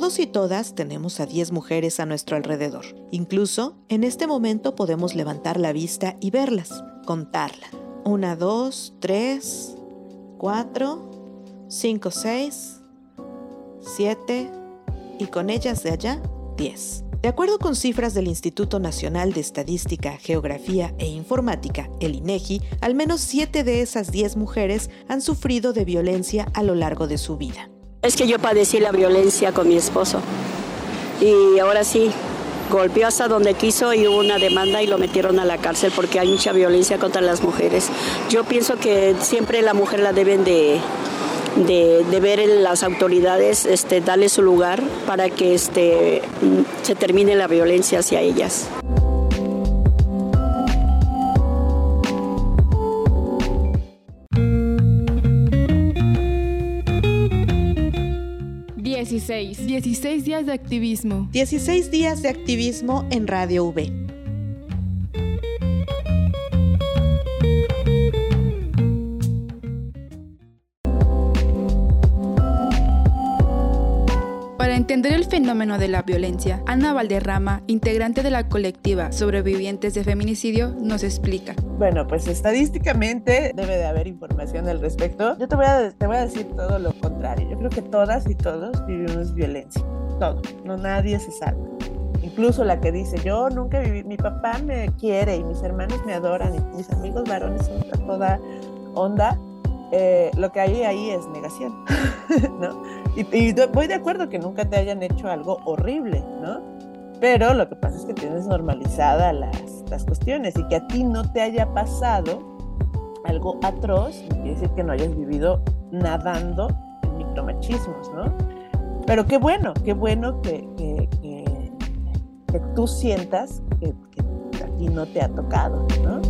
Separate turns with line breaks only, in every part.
Todos y todas tenemos a 10 mujeres a nuestro alrededor. Incluso, en este momento podemos levantar la vista y verlas, contarlas. 1, 2, 3, 4, 5, 6, 7 y con ellas de allá, 10. De acuerdo con cifras del Instituto Nacional de Estadística, Geografía e Informática, el INEGI, al menos 7 de esas 10 mujeres han sufrido de violencia a lo largo de su vida.
Es que yo padecí la violencia con mi esposo y ahora sí, golpeó hasta donde quiso y hubo una demanda y lo metieron a la cárcel porque hay mucha violencia contra las mujeres. Yo pienso que siempre la mujer la deben de ver en las autoridades, darle su lugar para que se termine la violencia hacia ellas.
Dieciséis días de activismo.
16 días de activismo en Radio V.
Para entender el fenómeno de la violencia, Ana Valderrama, integrante de la colectiva Sobrevivientes de Feminicidio, nos explica.
Bueno, pues estadísticamente debe de haber información al respecto. Yo te voy a decir todo lo contrario. Yo creo que todas y todos vivimos violencia. Todo. No, nadie se salva. Incluso la que dice, yo nunca viví, mi papá me quiere y mis hermanos me adoran y mis amigos varones son a toda onda. Lo que hay ahí es negación, ¿no? Y voy de acuerdo que nunca te hayan hecho algo horrible, ¿no? Pero lo que pasa es que tienes normalizadas las cuestiones y que a ti no te haya pasado algo atroz, no quiere decir que no hayas vivido nadando en micromachismos, ¿no? Pero qué bueno que tú sientas que a ti no te ha tocado, ¿no?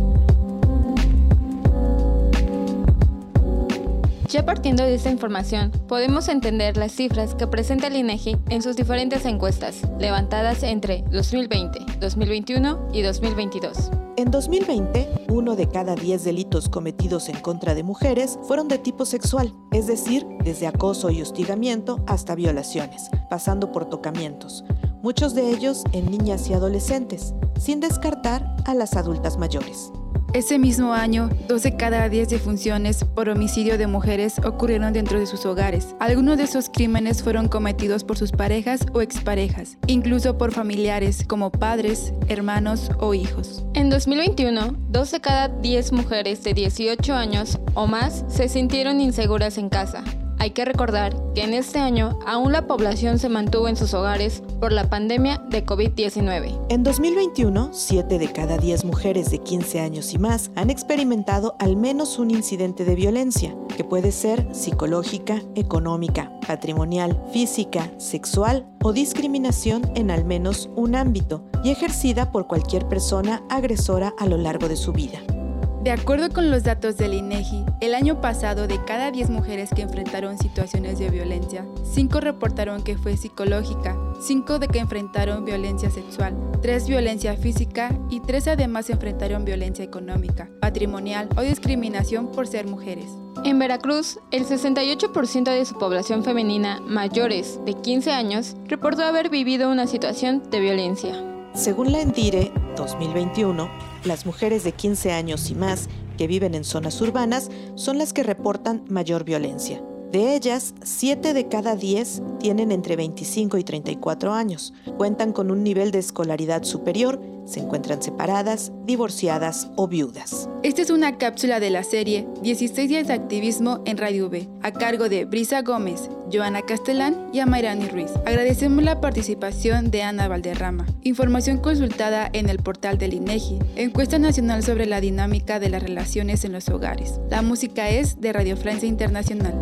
Ya partiendo de esta información, podemos entender las cifras que presenta el INEGI en sus diferentes encuestas, levantadas entre 2020, 2021 y 2022.
En 2020, 1 de cada 10 delitos cometidos en contra de mujeres fueron de tipo sexual, es decir, desde acoso y hostigamiento hasta violaciones, pasando por tocamientos, muchos de ellos en niñas y adolescentes, sin descartar a las adultas mayores.
Ese mismo año, 2 de cada 10 defunciones por homicidio de mujeres ocurrieron dentro de sus hogares. Algunos de esos crímenes fueron cometidos por sus parejas o exparejas, incluso por familiares como padres, hermanos o hijos.
En 2021, 2 de cada 10 mujeres de 18 años o más se sintieron inseguras en casa. Hay que recordar que en este año aún la población se mantuvo en sus hogares por la pandemia de COVID-19.
En 2021, 7 de cada 10 mujeres de 15 años y más han experimentado al menos un incidente de violencia, que puede ser psicológica, económica, patrimonial, física, sexual o discriminación en al menos un ámbito y ejercida por cualquier persona agresora a lo largo de su vida.
De acuerdo con los datos del INEGI, el año pasado de cada 10 mujeres que enfrentaron situaciones de violencia, 5 reportaron que fue psicológica, 5 de que enfrentaron violencia sexual, 3 violencia física y 3 además enfrentaron violencia económica, patrimonial o discriminación por ser mujeres.
En Veracruz, el 68% de su población femenina mayores de 15 años reportó haber vivido una situación de violencia.
Según la ENDIRE 2021, las mujeres de 15 años y más que viven en zonas urbanas son las que reportan mayor violencia. De ellas, 7 de cada 10 tienen entre 25 y 34 años, cuentan con un nivel de escolaridad superior, se encuentran separadas, divorciadas o viudas.
Esta es una cápsula de la serie 16 días de activismo en Radio V, a cargo de Brisa Gómez, Joana Castellán y Amairani Ruiz. Agradecemos la participación de Ana Valderrama. Información consultada en el portal del INEGI, encuesta nacional sobre la dinámica de las relaciones en los hogares. La música es de Radio Francia Internacional.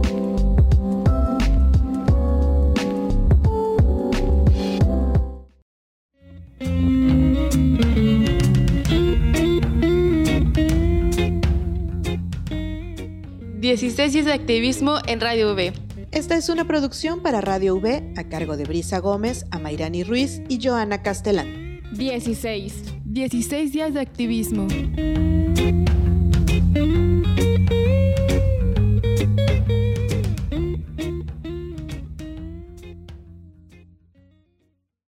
Días de activismo en Radio V.
Esta es una producción para Radio V a cargo de Brisa Gómez, Amairani Ruiz y Joana Castellán.
16 días de activismo.